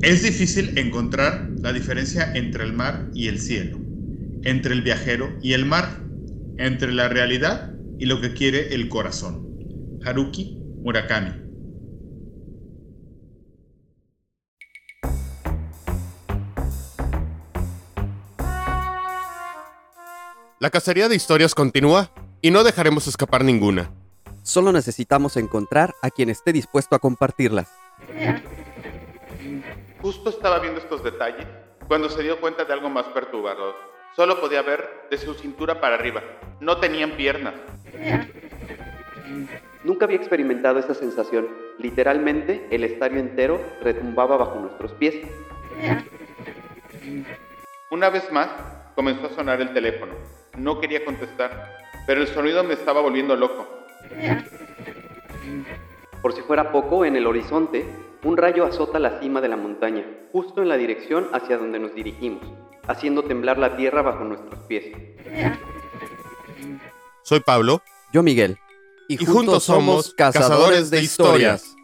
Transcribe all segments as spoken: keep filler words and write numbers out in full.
Es difícil encontrar la diferencia entre el mar y el cielo, entre el viajero y el mar, entre la realidad y lo que quiere el corazón. Haruki Murakami. La cacería de historias continúa y no dejaremos escapar ninguna. Solo necesitamos encontrar a quien esté dispuesto a compartirlas. Justo estaba viendo estos detalles cuando se dio cuenta de algo más perturbador. Solo podía ver de su cintura para arriba. No tenían piernas. Nunca había experimentado esa sensación. Literalmente, el estadio entero retumbaba bajo nuestros pies. Una vez más, comenzó a sonar el teléfono. No quería contestar, pero el sonido me estaba volviendo loco. Por si fuera poco, en el horizonte, un rayo azota la cima de la montaña, justo en la dirección hacia donde nos dirigimos, haciendo temblar la tierra bajo nuestros pies. Soy Pablo. Yo Miguel. Y, y juntos, juntos somos Cazadores, cazadores de Historias. historias.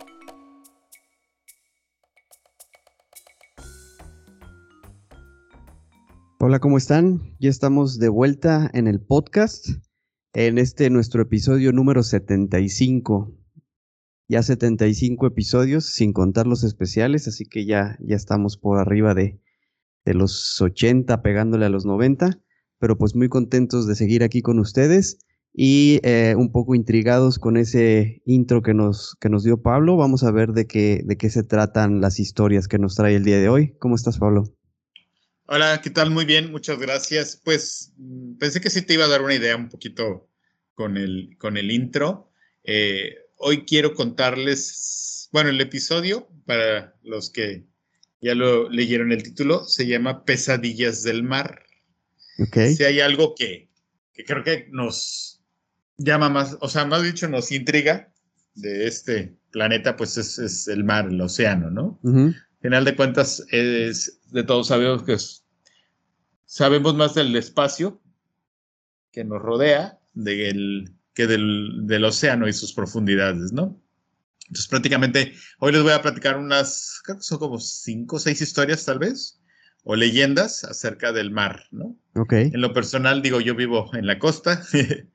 Hola, ¿cómo están? Ya estamos de vuelta en el podcast, en este nuestro episodio número setenta y cinco. Ya setenta y cinco episodios, sin contar los especiales, así que ya, ya estamos por arriba de, de los ochenta, pegándole a los noventa, pero pues muy contentos de seguir aquí con ustedes y eh, un poco intrigados con ese intro que nos, que nos dio Pablo. Vamos a ver de qué, de qué se tratan las historias que nos trae el día de hoy. ¿Cómo estás, Pablo? Hola, ¿qué tal? Muy bien, muchas gracias. Pues pensé que sí te iba a dar una idea un poquito con el, con el intro. Eh, hoy quiero contarles, bueno, el episodio, para los que ya lo leyeron el título, se llama Pesadillas del Mar. Okay. Si hay algo que, que creo que nos llama más, o sea, más dicho, nos intriga de este planeta, pues es, es el mar, el océano, ¿no? Uh-huh. Al final de cuentas, es, de todos sabemos que es, sabemos más del espacio que nos rodea del, que del, del océano y sus profundidades, ¿no? Entonces, prácticamente, hoy les voy a platicar unas, creo que son como cinco o seis historias, tal vez, o leyendas acerca del mar, ¿no? Ok. En lo personal, digo, yo vivo en la costa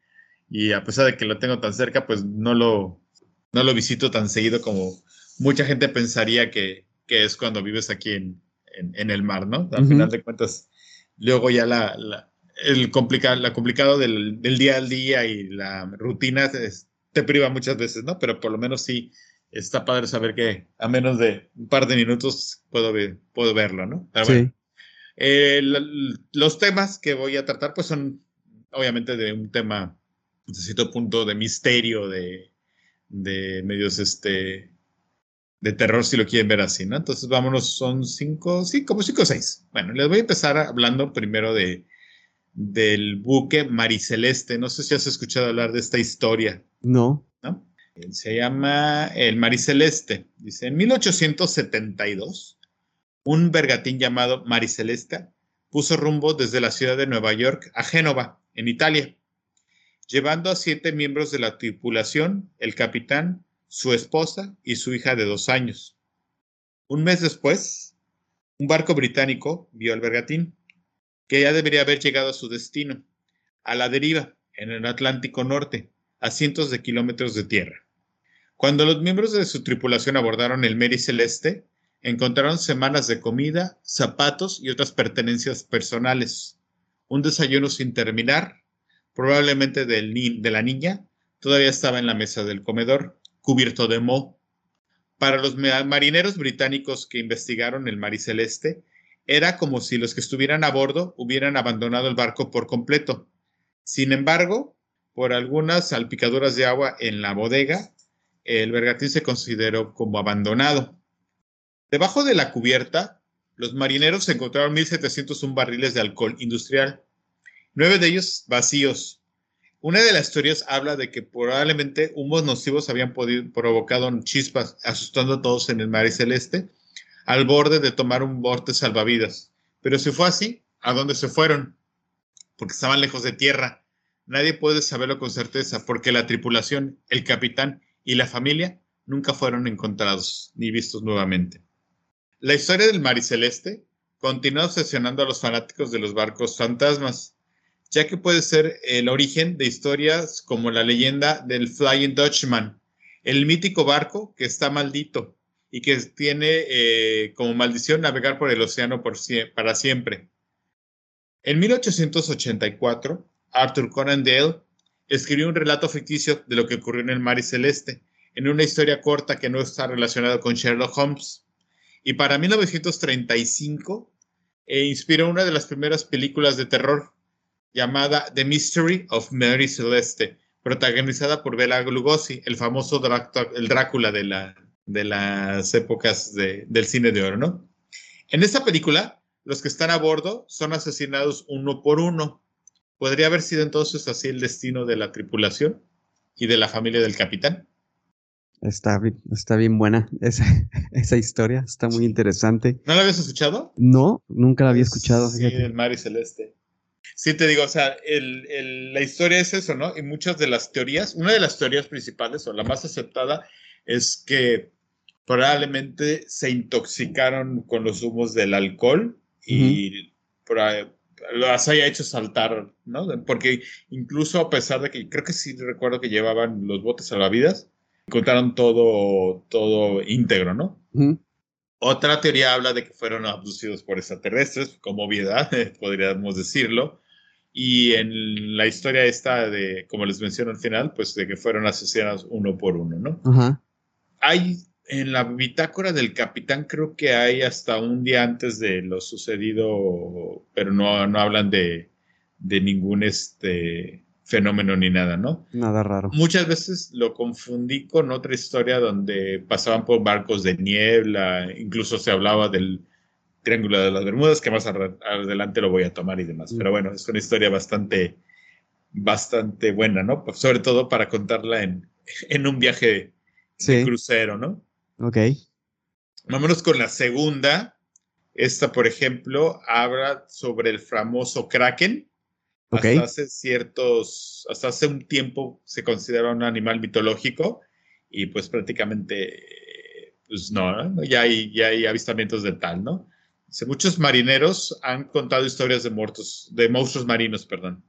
y a pesar de que lo tengo tan cerca, pues no lo, no lo visito tan seguido como mucha gente pensaría que, que es cuando vives aquí en, en, en el mar, ¿no? Al uh-huh. final de cuentas, luego ya la, la, el complica, la complicado del, del día al día y la rutina es, te priva muchas veces, ¿no? Pero por lo menos sí está padre saber que a menos de un par de minutos puedo, ver, puedo verlo, ¿no? Pero sí. Bueno, eh, los temas que voy a tratar pues son obviamente de un tema, de cierto punto, de misterio, de, de medios este... de terror, si lo quieren ver así, ¿no? Entonces, vámonos, son cinco, sí, como cinco o seis. Bueno, les voy a empezar hablando primero de, del buque Mariceleste. No sé si has escuchado hablar de esta historia. No. ¿No? Se llama el Mariceleste. Dice, en mil ochocientos setenta y dos, un bergantín llamado Mariceleste puso rumbo desde la ciudad de Nueva York a Génova, en Italia, llevando a siete miembros de la tripulación, el capitán, su esposa y su hija de dos años. Un mes después, un barco británico vio al bergantín, que ya debería haber llegado a su destino, a la deriva, en el Atlántico Norte, a cientos de kilómetros de tierra. Cuando los miembros de su tripulación abordaron el Mariceleste, encontraron semanas de comida, zapatos y otras pertenencias personales, un desayuno sin terminar, probablemente del ni- de la niña, todavía estaba en la mesa del comedor, cubierto de moho. Para los marineros británicos que investigaron el Mariceleste, era como si los que estuvieran a bordo hubieran abandonado el barco por completo. Sin embargo, por algunas salpicaduras de agua en la bodega, el bergantín se consideró como abandonado. Debajo de la cubierta, los marineros encontraron mil setecientos uno barriles de alcohol industrial, nueve de ellos vacíos. Una de las historias habla de que probablemente humos nocivos habían podido, provocado chispas, asustando a todos en el Mariceleste, al borde de tomar un bote salvavidas. Pero si fue así, ¿a dónde se fueron? Porque estaban lejos de tierra. Nadie puede saberlo con certeza, porque la tripulación, el capitán y la familia nunca fueron encontrados ni vistos nuevamente. La historia del Mariceleste continúa obsesionando a los fanáticos de los barcos fantasmas, ya que puede ser el origen de historias como la leyenda del Flying Dutchman, el mítico barco que está maldito y que tiene eh, como maldición navegar por el océano por sie- para siempre. En mil ochocientos ochenta y cuatro, Arthur Conan Doyle escribió un relato ficticio de lo que ocurrió en el Mariceleste, en una historia corta que no está relacionada con Sherlock Holmes. Y para mil novecientos treinta y cinco eh, inspiró una de las primeras películas de terror llamada The Mystery of Mary Celeste, protagonizada por Bela Lugosi, el famoso Drá- el Drácula de, la, de las épocas de, del cine de oro, ¿no? En esta película, los que están a bordo son asesinados uno por uno. ¿Podría haber sido entonces así el destino de la tripulación y de la familia del capitán? Está bien, está bien buena esa, esa historia, está muy interesante. ¿No la habías escuchado? No, nunca la había escuchado. Sí, Fíjate. el Mariceleste. Sí, te digo, o sea, el, el, la historia es eso, ¿no? Y muchas de las teorías, una de las teorías principales o la más aceptada es que probablemente se intoxicaron con los humos del alcohol y uh-huh. las haya hecho saltar, ¿no? Porque incluso a pesar de que creo que sí recuerdo que llevaban los botes salvavidas, encontraron todo, todo íntegro, ¿no? Uh-huh. Otra teoría habla de que fueron abducidos por extraterrestres, como obviedad, podríamos decirlo. Y en la historia esta de, como les menciono al final, pues de que fueron asesinados uno por uno, ¿no? Uh-huh. Hay, en la bitácora del capitán, creo que hay hasta un día antes de lo sucedido, pero no, no hablan de, de ningún este, fenómeno ni nada, ¿no? Nada raro. Muchas veces lo confundí con otra historia donde pasaban por barcos de niebla, incluso se hablaba del Triángulo de las Bermudas, que más adelante lo voy a tomar y demás. Pero bueno, es una historia bastante, bastante buena, ¿no? Sobre todo para contarla en, en un viaje sí. de crucero, ¿no? Ok. Vámonos con la segunda. Esta, por ejemplo, habla sobre el famoso Kraken. Okay. Hasta hace ciertos, hasta hace un tiempo se considera un animal mitológico y pues prácticamente, pues no, ¿no? Ya hay, ya hay avistamientos de tal, ¿no? Dice, muchos marineros han contado historias de muertos, de monstruos marinos, perdón.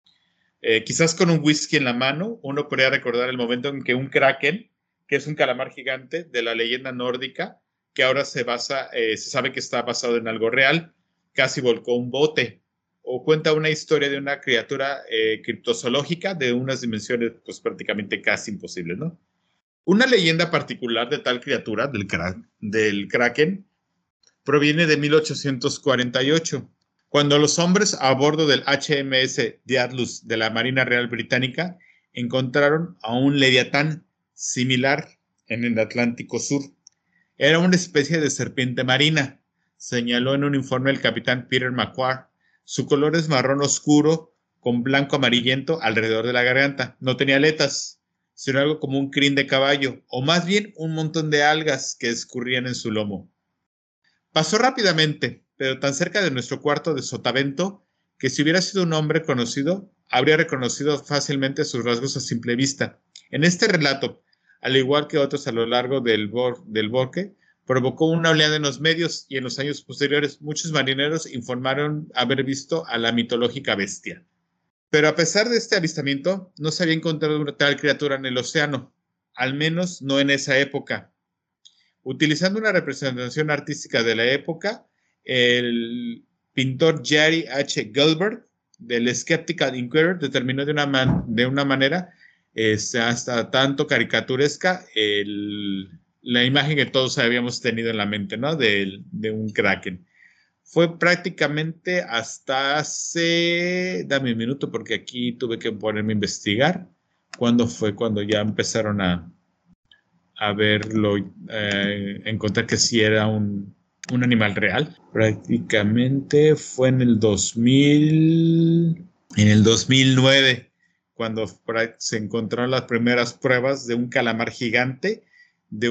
Eh, quizás con un whisky en la mano, uno podría recordar el momento en que un kraken, que es un calamar gigante de la leyenda nórdica, que ahora se basa, eh, se sabe que está basado en algo real, casi volcó un bote. O cuenta una historia de una criatura eh, criptozoológica de unas dimensiones pues prácticamente casi imposibles, ¿no? Una leyenda particular de tal criatura, del, cra del kraken, proviene de mil ochocientos cuarenta y ocho, cuando los hombres a bordo del H M S The Atlas de la Marina Real Británica encontraron a un leviatán similar en el Atlántico Sur. Era una especie de serpiente marina, señaló en un informe el capitán Peter McQuarrie. Su color es marrón oscuro con blanco amarillento alrededor de la garganta. No tenía aletas, sino algo como un crin de caballo, o más bien un montón de algas que escurrían en su lomo. Pasó rápidamente, pero tan cerca de nuestro cuarto de sotavento, que si hubiera sido un hombre conocido, habría reconocido fácilmente sus rasgos a simple vista. En este relato, al igual que otros a lo largo del, bor del bosque, provocó una oleada en los medios y en los años posteriores muchos marineros informaron haber visto a la mitológica bestia. Pero a pesar de este avistamiento, no se había encontrado una tal criatura en el océano, al menos no en esa época. Utilizando una representación artística de la época, el pintor Jerry H. Gilbert del Skeptical Inquirer determinó de una, man de una manera este, hasta tanto caricaturesca el, la imagen que todos habíamos tenido en la mente, ¿no? de, de un kraken. Fue prácticamente hasta hace, dame un minuto porque aquí tuve que ponerme a investigar, cuándo fue cuando ya empezaron a a verlo, eh, encontrar que sí era un, un animal real. Prácticamente fue en el dos mil, en el dos mil nueve, cuando se encontraron las primeras pruebas de un calamar gigante de,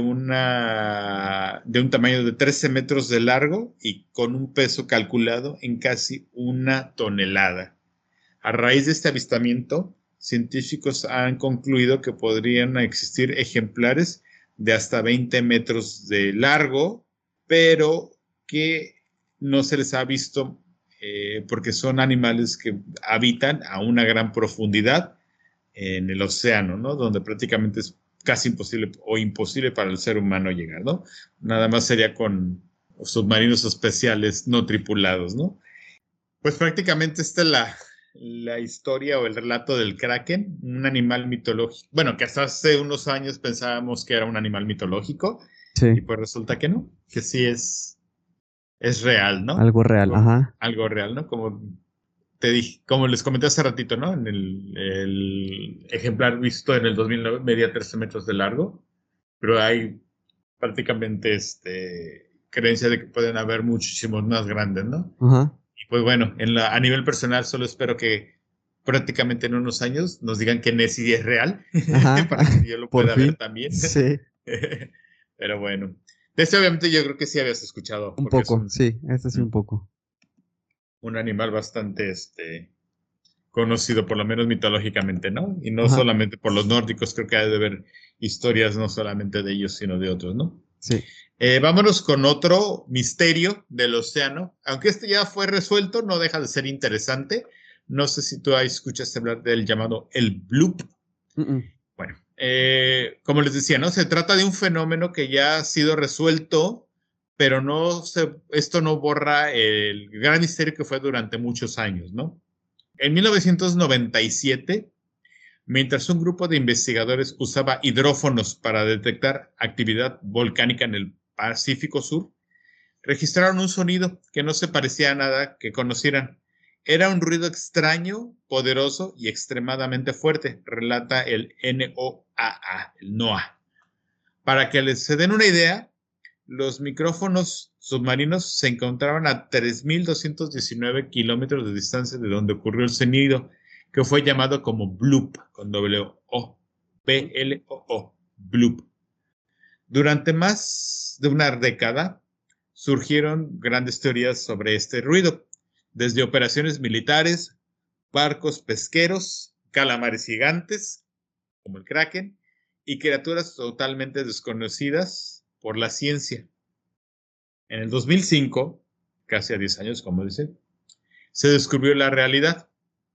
una, de un tamaño de trece metros de largo y con un peso calculado en casi una tonelada. A raíz de este avistamiento, científicos han concluido que podrían existir ejemplares de hasta veinte metros de largo, pero que no se les ha visto eh, porque son animales que habitan a una gran profundidad en el océano, ¿no? Donde prácticamente es casi imposible o imposible para el ser humano llegar, ¿no? Nada más sería con submarinos especiales no tripulados, ¿no? Pues prácticamente esta es la, la historia o el relato del kraken, un animal mitológico. Bueno, que hasta hace unos años pensábamos que era un animal mitológico, Sí. y pues resulta que no, que sí es, es real, ¿no? Algo real, Como, ajá. Algo real, ¿no? Como te dije, como les comenté hace ratito, ¿no? En el, el ejemplar visto en el dos mil nueve medía trece metros de largo, pero hay prácticamente este, creencia de que pueden haber muchísimos más grandes, ¿no? Ajá. Y pues bueno, en la, a nivel personal solo espero que prácticamente en unos años nos digan que Nessie es real, Ajá. para que yo lo Por pueda fin. ver también. Sí, Pero bueno, de este obviamente yo creo que sí habías escuchado, un porque es poco, un, sí, este sí un poco. un animal bastante este, conocido, por lo menos mitológicamente, ¿no? Y no Ajá. solamente por los nórdicos, creo que hay de haber historias no solamente de ellos, sino de otros, ¿no? Sí. Eh, vámonos con otro misterio del océano. Aunque este ya fue resuelto, no deja de ser interesante. No sé si tú escuchas hablar del llamado el bloop. Mm-mm. Bueno, eh, como les decía, ¿no? Se trata de un fenómeno que ya ha sido resuelto, pero no se, esto no borra el gran misterio que fue durante muchos años, ¿no? En mil novecientos noventa y siete, mientras un grupo de investigadores usaba hidrófonos para detectar actividad volcánica en el Pacífico Sur, registraron un sonido que no se parecía a nada que conocieran. Era un ruido extraño, poderoso y extremadamente fuerte, relata el NOAA, el NOAA. Para que les se den una idea, los micrófonos submarinos se encontraban a tres mil doscientos diecinueve kilómetros de distancia de donde ocurrió el sonido, que fue llamado como bloop, con doble O, B L O O, bloop. Durante más de una década, surgieron grandes teorías sobre este ruido, desde operaciones militares, barcos pesqueros, calamares gigantes, como el kraken, y criaturas totalmente desconocidas por la ciencia. En el dos mil cinco, casi a diez años, como dicen, se descubrió la realidad.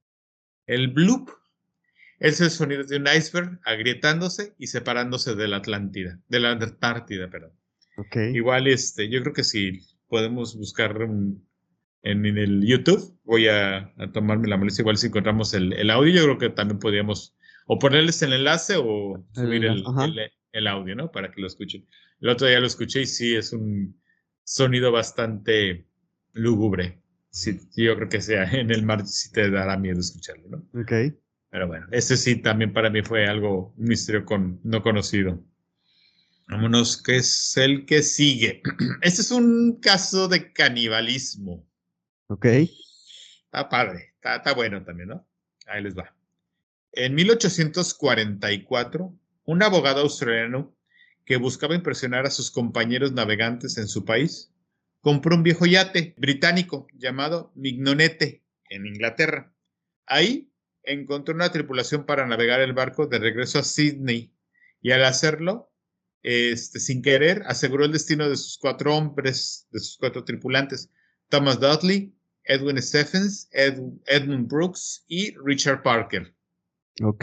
El bloop es el sonido de un iceberg agrietándose y separándose de la Atlántida, de la Antártida, perdón. Okay. Igual, este, yo creo que si podemos buscar un, en, en el YouTube, voy a, a tomarme la molestia, igual si encontramos el, el audio, yo creo que también podríamos o ponerles el enlace o subir el, el, el, el audio, ¿no? Para que lo escuchen. El otro día lo escuché y sí, es un sonido bastante lúgubre. Sí, yo creo que sea en el mar sí te dará miedo escucharlo, ¿no? Ok. Pero bueno, ese sí también para mí fue algo, un misterio con, no conocido. Vámonos, que es el que sigue. Este es un caso de canibalismo. Ok. Está padre, está, está bueno también, ¿no? Ahí les va. En mil ochocientos cuarenta y cuatro, un abogado australiano que buscaba impresionar a sus compañeros navegantes en su país, compró un viejo yate británico llamado Mignonette en Inglaterra. Ahí encontró una tripulación para navegar el barco de regreso a Sydney y al hacerlo, este, sin querer, aseguró el destino de sus cuatro hombres, de sus cuatro tripulantes, Thomas Dudley, Edwin Stephens, Ed, Edmund Brooks y Richard Parker. Ok.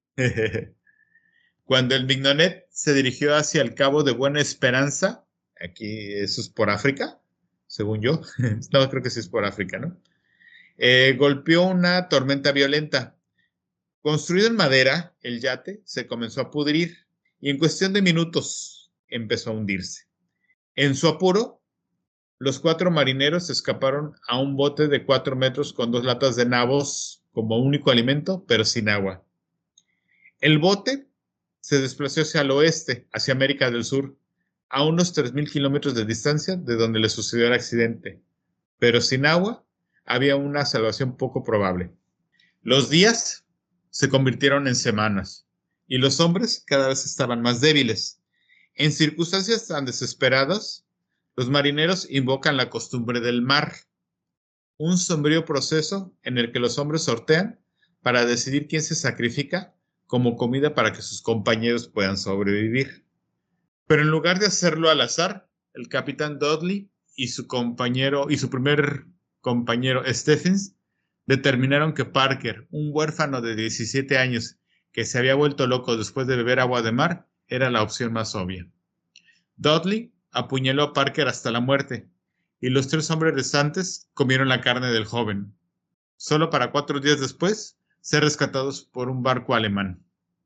Cuando el Mignonette se dirigió hacia el Cabo de Buena Esperanza, aquí eso es por África, según yo, no, creo que sí es por África, ¿no? Eh, golpeó una tormenta violenta. Construido en madera, el yate se comenzó a pudrir y en cuestión de minutos empezó a hundirse. En su apuro, los cuatro marineros escaparon a un bote de cuatro metros con dos latas de nabos como único alimento, pero sin agua. El bote se desplazó hacia el oeste, hacia América del Sur, a unos tres mil kilómetros de distancia de donde le sucedió el accidente. Pero sin agua, había una salvación poco probable. Los días se convirtieron en semanas y los hombres cada vez estaban más débiles. En circunstancias tan desesperadas, los marineros invocan la costumbre del mar, un sombrío proceso en el que los hombres sortean para decidir quién se sacrifica como comida para que sus compañeros puedan sobrevivir. Pero en lugar de hacerlo al azar, el capitán Dudley y su compañero y su primer compañero Stephens determinaron que Parker, un huérfano de diecisiete años que se había vuelto loco después de beber agua de mar, era la opción más obvia. Dudley apuñaló a Parker hasta la muerte, y los tres hombres restantes comieron la carne del joven, solo para cuatro días después ser rescatados por un barco alemán.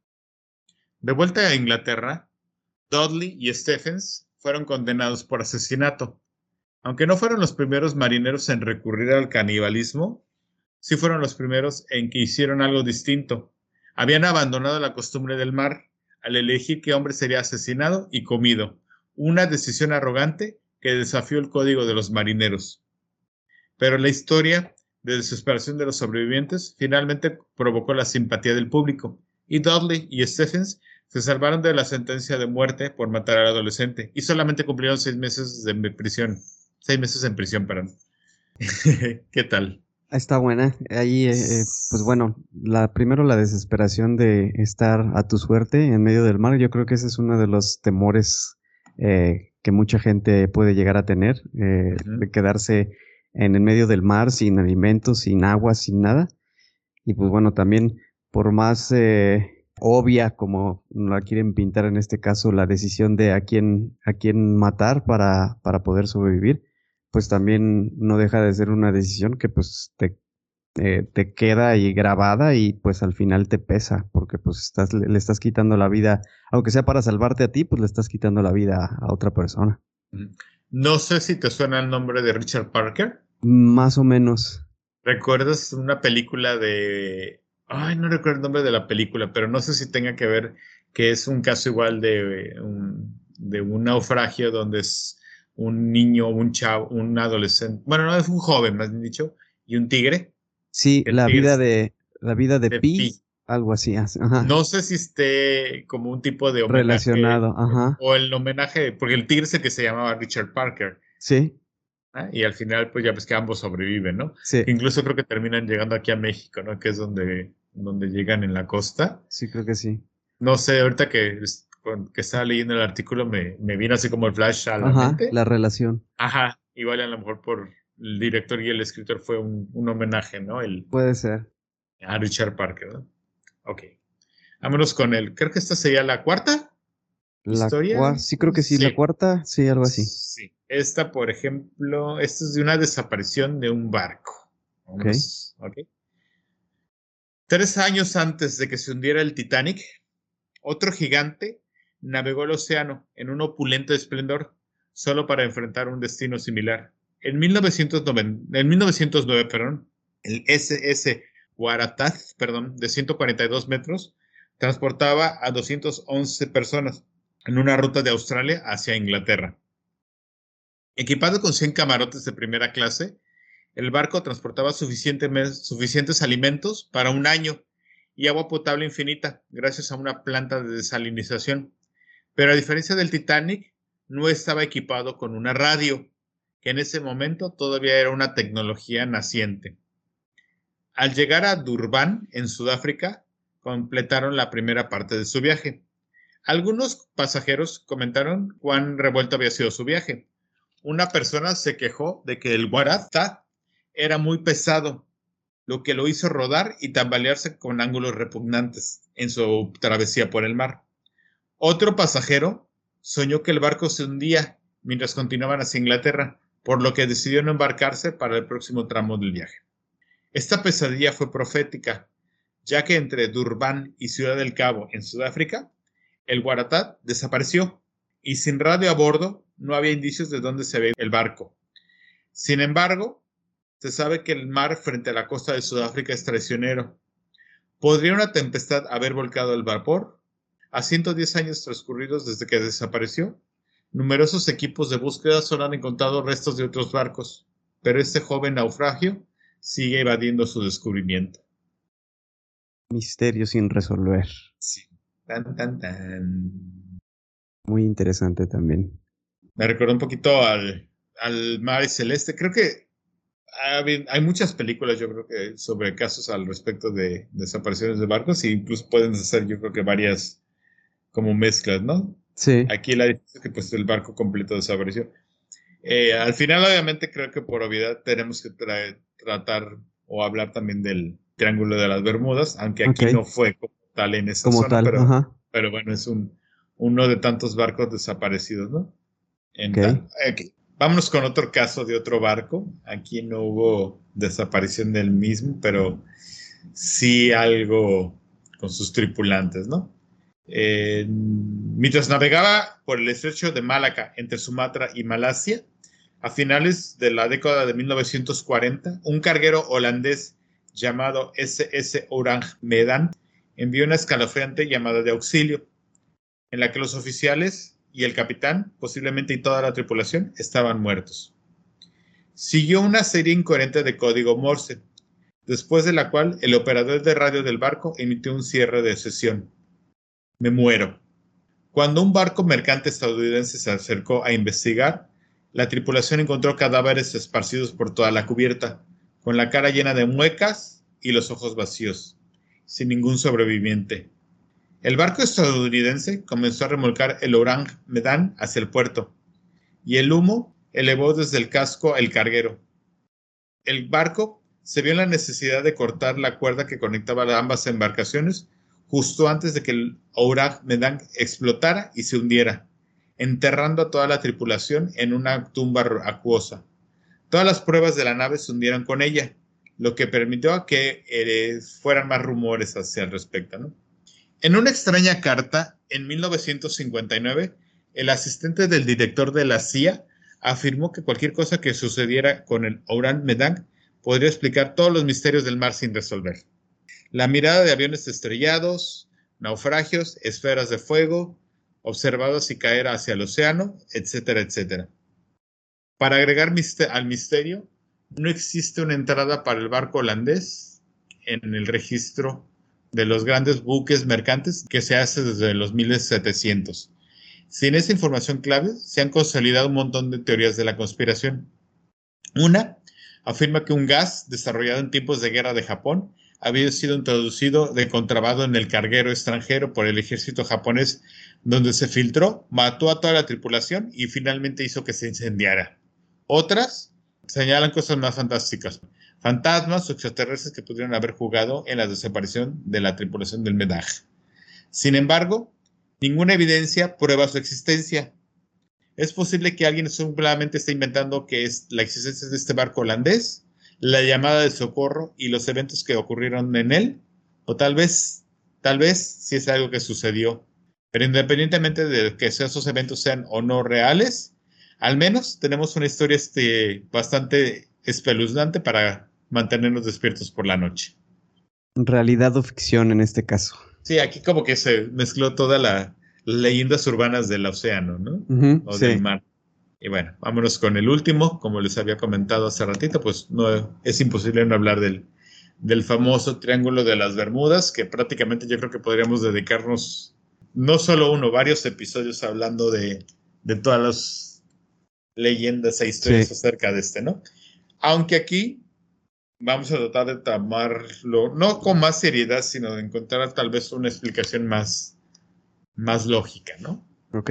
De vuelta a Inglaterra, Dudley y Stephens fueron condenados por asesinato. Aunque no fueron los primeros marineros en recurrir al canibalismo, sí fueron los primeros en que hicieron algo distinto. Habían abandonado la costumbre del mar al elegir qué hombre sería asesinado y comido, una decisión arrogante que desafió el código de los marineros. Pero la historia de desesperación de los sobrevivientes finalmente provocó la simpatía del público, y Dudley y Stephens se salvaron de la sentencia de muerte por matar al adolescente y solamente cumplieron seis meses de prisión. Seis meses en prisión, perdón. ¿Qué tal? Está buena. Ahí, eh, eh, pues bueno, la, primero la desesperación de estar a tu suerte en medio del mar. Yo creo que ese es uno de los temores eh, que mucha gente puede llegar a tener, eh, uh-huh. de quedarse en el medio del mar sin alimentos, sin agua, sin nada. Y pues bueno, también por más eh, obvia como la quieren pintar en este caso, la decisión de a quién, a quién matar para, para poder sobrevivir, pues también no deja de ser una decisión que pues te, eh, te queda ahí grabada y pues al final te pesa, porque pues estás, le, le estás quitando la vida, aunque sea para salvarte a ti, pues le estás quitando la vida a, a otra persona. No sé si te suena el nombre de Richard Parker. Más o menos. ¿Recuerdas una película de... Ay, no recuerdo el nombre de la película, pero no sé si tenga que ver que es un caso igual de un, de un naufragio donde es un niño, un chavo, un adolescente, bueno, no, es un joven, más bien dicho, y un tigre. Sí, la tigre vida de la vida de, de Pi, Pi, algo así. Ajá. No sé si esté como un tipo de homenaje. Relacionado, ajá. O el homenaje, porque el tigre es el que se llamaba Richard Parker. Sí. ¿Ah? Y al final, pues ya ves que ambos sobreviven, ¿no? Sí. Incluso creo que terminan llegando aquí a México, ¿no? Que es donde, donde llegan en la costa. Sí, creo que sí. No sé, ahorita que, que estaba leyendo el artículo me, me vino así como el flash a la Ajá, mente. la relación. Ajá, igual a lo mejor por el director y el escritor fue un, un homenaje, ¿no? El, Puede ser. A Richard Parker, ¿no? Ok. Vámonos con él. Creo que esta sería la cuarta la historia. Cua- sí, creo que sí, sí. La cuarta, sí, algo así. Sí. Esta, por ejemplo, esta es de una desaparición de un barco. Vamos, ok. okay. Tres años antes de que se hundiera el Titanic, otro gigante navegó el océano en un opulento esplendor, solo para enfrentar un destino similar. En mil novecientos nueve, en mil novecientos nueve, perdón, el S S Waratah, perdón, de ciento cuarenta y dos metros, transportaba a doscientas once personas en una ruta de Australia hacia Inglaterra. Equipado con cien camarotes de primera clase, el barco transportaba suficientes, suficientes alimentos para un año y agua potable infinita, gracias a una planta de desalinización. Pero a diferencia del Titanic, no estaba equipado con una radio, que en ese momento todavía era una tecnología naciente. Al llegar a Durban, en Sudáfrica, completaron la primera parte de su viaje. Algunos pasajeros comentaron cuán revuelto había sido su viaje. Una persona se quejó de que el Waratah era muy pesado, lo que lo hizo rodar y tambalearse con ángulos repugnantes en su travesía por el mar. Otro pasajero soñó que el barco se hundía mientras continuaban hacia Inglaterra, por lo que decidió no embarcarse para el próximo tramo del viaje. Esta pesadilla fue profética, ya que entre Durban y Ciudad del Cabo, en Sudáfrica, el Waratah desapareció y sin radio a bordo no había indicios de dónde se veía el barco. Sin embargo, se sabe que el mar frente a la costa de Sudáfrica es traicionero. ¿Podría una tempestad haber volcado el vapor? A ciento diez años transcurridos desde que desapareció, numerosos equipos de búsqueda solo han encontrado restos de otros barcos, pero este joven naufragio sigue evadiendo su descubrimiento. Misterio sin resolver. Sí. Tan, tan, tan. Muy interesante también. Me recordó un poquito al, al Mar Celeste. Creo que hay, hay muchas películas, yo creo que, sobre casos al respecto de desapariciones de barcos, e incluso pueden hacer, yo creo que varias como mezclas, ¿no? Sí. Aquí la diferencia es que pues el barco completo desapareció. Eh, al final, obviamente, creo que por obviedad tenemos que tra- tratar o hablar también del Triángulo de las Bermudas, aunque aquí Ok. no fue como tal en esa Como zona, tal, pero, ajá. pero bueno, es un, uno de tantos barcos desaparecidos, ¿no? En Ok. tal. Ok. Vámonos con otro caso de otro barco. Aquí no hubo desaparición del mismo, pero sí algo con sus tripulantes, ¿no? Eh, mientras navegaba por el estrecho de Malaca entre Sumatra y Malasia, a finales de la década de mil novecientos cuarenta, un carguero holandés llamado S S Orang Medan envió una escalofriante llamada de auxilio, en la que los oficiales y el capitán, posiblemente y toda la tripulación, estaban muertos. Siguió una serie incoherente de código Morse, después de la cual el operador de radio del barco emitió un cierre de sesión. Me muero. Cuando un barco mercante estadounidense se acercó a investigar, la tripulación encontró cadáveres esparcidos por toda la cubierta, con la cara llena de muecas y los ojos vacíos, sin ningún sobreviviente. El barco estadounidense comenzó a remolcar el Orang Medan hacia el puerto, y el humo elevó desde el casco el carguero. El barco se vio en la necesidad de cortar la cuerda que conectaba a ambas embarcaciones justo antes de que el Orang Medan explotara y se hundiera, enterrando a toda la tripulación en una tumba acuosa. Todas las pruebas de la nave se hundieron con ella, lo que permitió que eh, fueran más rumores hacia el respecto, ¿no? En una extraña carta, en mil novecientos cincuenta y nueve, el asistente del director de la C I A afirmó que cualquier cosa que sucediera con el Orang Medan podría explicar todos los misterios del mar sin resolver. La mirada de aviones estrellados, naufragios, esferas de fuego, observados y caer hacia el océano, etcétera, etcétera. Para agregar mister- al misterio, no existe una entrada para el barco holandés en el registro de los grandes buques mercantes que se hace desde los mil setecientos. Sin esa información clave, se han consolidado un montón de teorías de la conspiración. Una afirma que un gas desarrollado en tiempos de guerra de Japón había sido introducido de contrabando en el carguero extranjero por el ejército japonés, donde se filtró, mató a toda la tripulación y finalmente hizo que se incendiara. Otras señalan cosas más fantásticas, fantasmas o extraterrestres que pudieron haber jugado en la desaparición de la tripulación del Medan. Sin embargo, ninguna evidencia prueba su existencia. Es posible que alguien simplemente esté inventando que es la existencia de este barco holandés, la llamada de socorro y los eventos que ocurrieron en él, o tal vez, tal vez sí es algo que sucedió. Pero independientemente de que esos eventos sean o no reales, al menos tenemos una historia este, bastante espeluznante para mantenernos despiertos por la noche. Realidad o ficción en este caso. Sí, aquí como que se mezcló toda la leyendas urbanas del océano, ¿no? Uh-huh, O sí. del mar. Y bueno, vámonos con el último. Como les había comentado hace ratito, pues no es imposible no hablar del, del famoso Triángulo de las Bermudas, que prácticamente yo creo que podríamos dedicarnos no solo uno, varios episodios hablando de, de todas las leyendas e historias Sí. acerca de este, ¿no? Aunque aquí vamos a tratar de tomarlo, no con más seriedad, sino de encontrar tal vez una explicación más, más lógica, ¿no? Ok.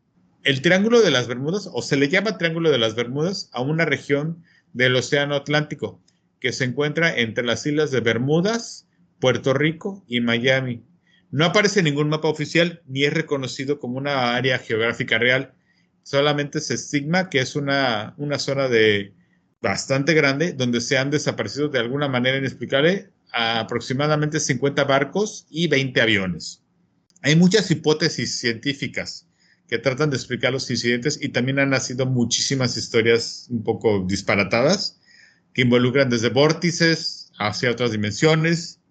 El Triángulo de las Bermudas, o se le llama Triángulo de las Bermudas a una región del Océano Atlántico que se encuentra entre las islas de Bermudas, Puerto Rico y Miami. No aparece en ningún mapa oficial ni es reconocido como una área geográfica real. Solamente se estima que es una, una zona de bastante grande donde se han desaparecido de alguna manera inexplicable a aproximadamente cincuenta barcos y veinte aviones. Hay muchas hipótesis científicas que tratan de explicar los incidentes y también han nacido muchísimas historias un poco disparatadas que involucran desde vórtices hacia otras dimensiones,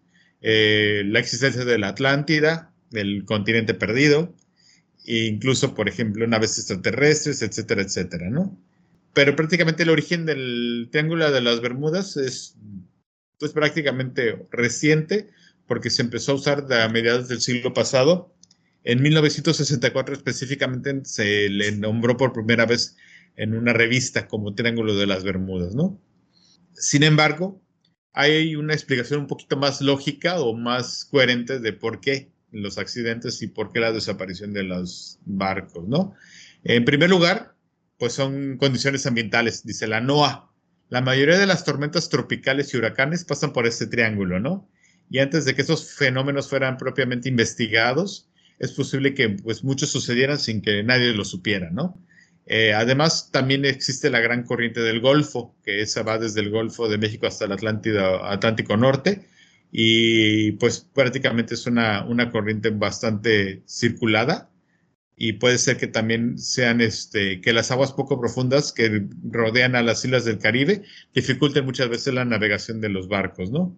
eh, la existencia de la Atlántida, del continente perdido, e incluso, por ejemplo, naves extraterrestres, etcétera, etcétera, ¿no? Pero prácticamente el origen del Triángulo de las Bermudas es pues, prácticamente reciente, porque se empezó a usar a mediados del siglo pasado. En mil novecientos sesenta y cuatro específicamente se le nombró por primera vez en una revista como Triángulo de las Bermudas, ¿no? Sin embargo, hay una explicación un poquito más lógica o más coherente de por qué los accidentes y por qué la desaparición de los barcos, ¿no? En primer lugar, pues son condiciones ambientales, dice la NOAA. La mayoría de las tormentas tropicales y huracanes pasan por este triángulo, ¿no? Y antes de que esos fenómenos fueran propiamente investigados, es posible que pues, muchos sucedieran sin que nadie lo supiera, ¿no? Eh, además, también existe la gran corriente del Golfo, que esa va desde el Golfo de México hasta el Atlántico, Atlántico Norte, y pues prácticamente es una, una corriente bastante circulada, y puede ser que también sean este, que las aguas poco profundas que rodean a las islas del Caribe dificulten muchas veces la navegación de los barcos, ¿no?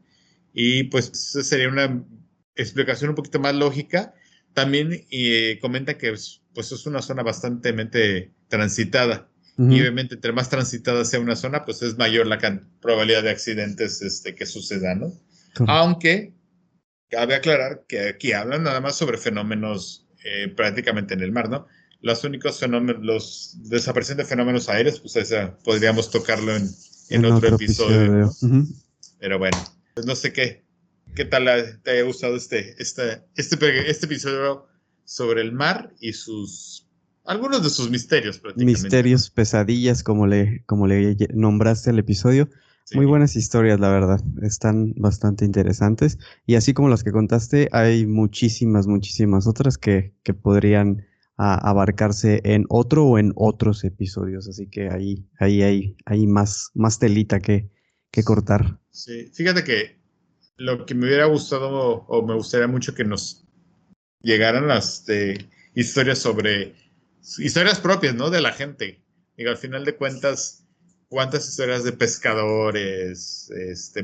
Y pues esa sería una explicación un poquito más lógica. También eh, comenta que pues, es una zona bastante transitada. Uh-huh. Y obviamente entre más transitada sea una zona, pues es mayor la can- probabilidad de accidentes este, que sucedan, ¿no? Uh-huh. Aunque cabe aclarar que aquí hablan nada más sobre fenómenos eh, prácticamente en el mar, ¿no? Los únicos fenómenos, los desaparición de fenómenos aéreos, pues esa podríamos tocarlo en, en, en otro, otro episodio. episodio. ¿No? Uh-huh. Pero bueno, pues no sé qué, qué tal te haya gustado este, este, este, este episodio sobre el mar y sus, algunos de sus misterios prácticamente. Misterios, pesadillas, como le, como le nombraste al episodio. Sí. Muy buenas historias, la verdad. Están bastante interesantes. Y así como las que contaste, hay muchísimas, muchísimas otras que, que podrían a, abarcarse en otro o en otros episodios. Así que ahí, ahí hay, hay más, más telita que, que cortar. Sí, fíjate que lo que me hubiera gustado o, o me gustaría mucho que nos llegaran las de, historias sobre historias propias, ¿no? De la gente. Digo, al final de cuentas, cuántas historias de pescadores, este,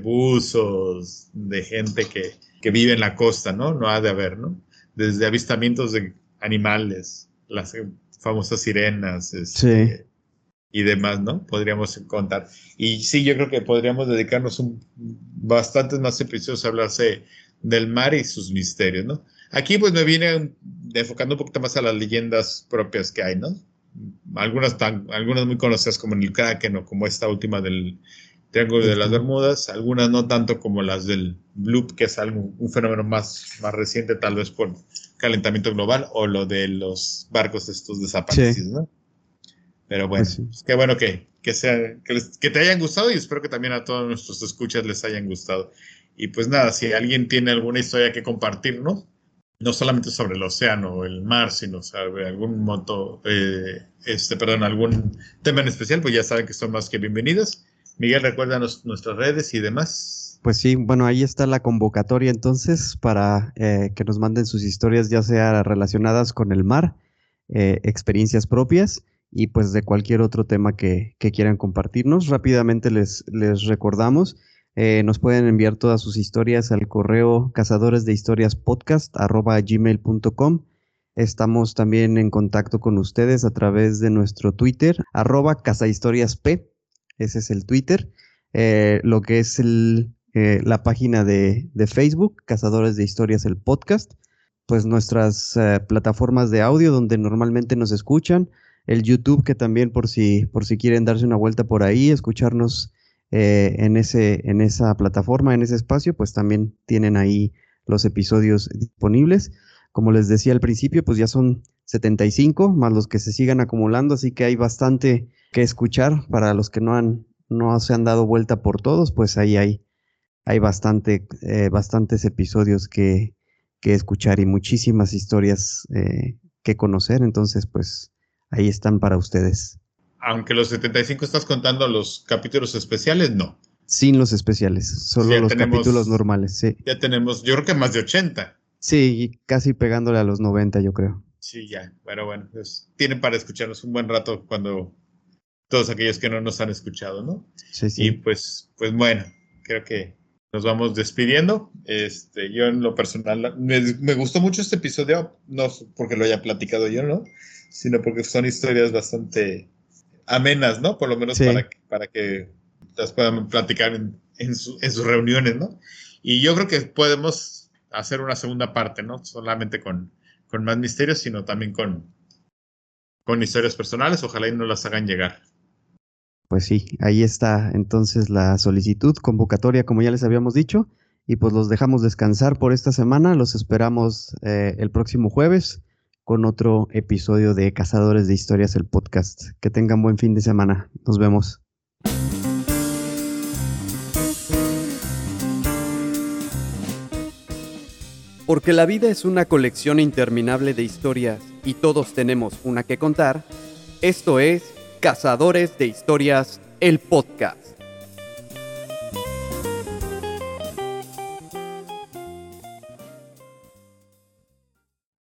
buzos, de gente que, que vive en la costa, ¿no? No ha de haber, ¿no? Desde avistamientos de animales, las famosas sirenas, este, sí. Y demás, ¿no? Podríamos contar. Y sí, yo creo que podríamos dedicarnos un, bastantes más episodios a hablarse del mar y sus misterios, ¿no? Aquí pues me viene enfocando un poquito más a las leyendas propias que hay, ¿no? Algunas, tan, algunas muy conocidas como en el Kraken o como esta última del Triángulo de las Bermudas, algunas no tanto como las del Bloop, que es algo, un fenómeno más, más reciente, tal vez por calentamiento global, o lo de los barcos estos desaparecidos, sí. ¿No? Pero bueno, pues sí. Pues qué bueno que, que, sea, que, les, que te hayan gustado y espero que también a todos nuestros escuchas les hayan gustado. Y pues nada, si alguien tiene alguna historia que compartir, ¿no? No solamente sobre el océano o el mar, sino sobre algún moto, eh, este, perdón, algún tema en especial, pues ya saben que son más que bienvenidos. Miguel, recuérdanos nuestras redes y demás. Pues sí, bueno, ahí está la convocatoria entonces para eh, que nos manden sus historias, ya sea relacionadas con el mar, eh, experiencias propias y pues de cualquier otro tema que, que quieran compartirnos. Rápidamente les, les recordamos. Eh, nos pueden enviar todas sus historias al correo cazadoresdehistoriaspodcast arroba gmail punto com. Estamos también en contacto con ustedes a través de nuestro Twitter, arroba cazahistoriasp, ese es el Twitter. Eh, lo que es el, eh, la página de, de Facebook, Cazadores de Historias, el podcast. Pues nuestras eh, plataformas de audio donde normalmente nos escuchan. El YouTube, que también por si, por si quieren darse una vuelta por ahí, escucharnos Eh, en, ese, en esa plataforma, en ese espacio, pues también tienen ahí los episodios disponibles. Como les decía al principio, pues ya son setenta y cinco, más los que se sigan acumulando, así que hay bastante que escuchar. Para los que no, han, no se han dado vuelta por todos, pues ahí hay, hay bastante, eh, bastantes episodios que, que escuchar y muchísimas historias eh, que conocer, entonces pues ahí están para ustedes. Aunque los setenta y cinco estás contando los capítulos especiales, no. Sin los especiales, solo ya los tenemos, capítulos normales, sí. Ya tenemos, yo creo que más de ochenta. Sí, casi pegándole a los noventa, yo creo. Sí, ya, bueno, bueno, pues tienen para escucharnos un buen rato cuando todos aquellos que no nos han escuchado, ¿no? Sí, sí. Y pues, pues bueno, creo que nos vamos despidiendo. Este, yo en lo personal, me, me gustó mucho este episodio, no porque lo haya platicado yo, ¿no? Sino porque son historias bastante amenas, ¿no? Por lo menos sí. para, para que las puedan platicar en, en, su, en sus reuniones, ¿no? Y yo creo que podemos hacer una segunda parte, ¿no? Solamente con, con más misterios, sino también con, con historias personales. Ojalá y nos las hagan llegar. Pues sí, ahí está entonces la solicitud, convocatoria, como ya les habíamos dicho. Y pues los dejamos descansar por esta semana. Los esperamos eh, el próximo jueves con otro episodio de Cazadores de Historias, el podcast. Que tengan buen fin de semana. Nos vemos. Porque la vida es una colección interminable de historias y todos tenemos una que contar, esto es Cazadores de Historias, el podcast.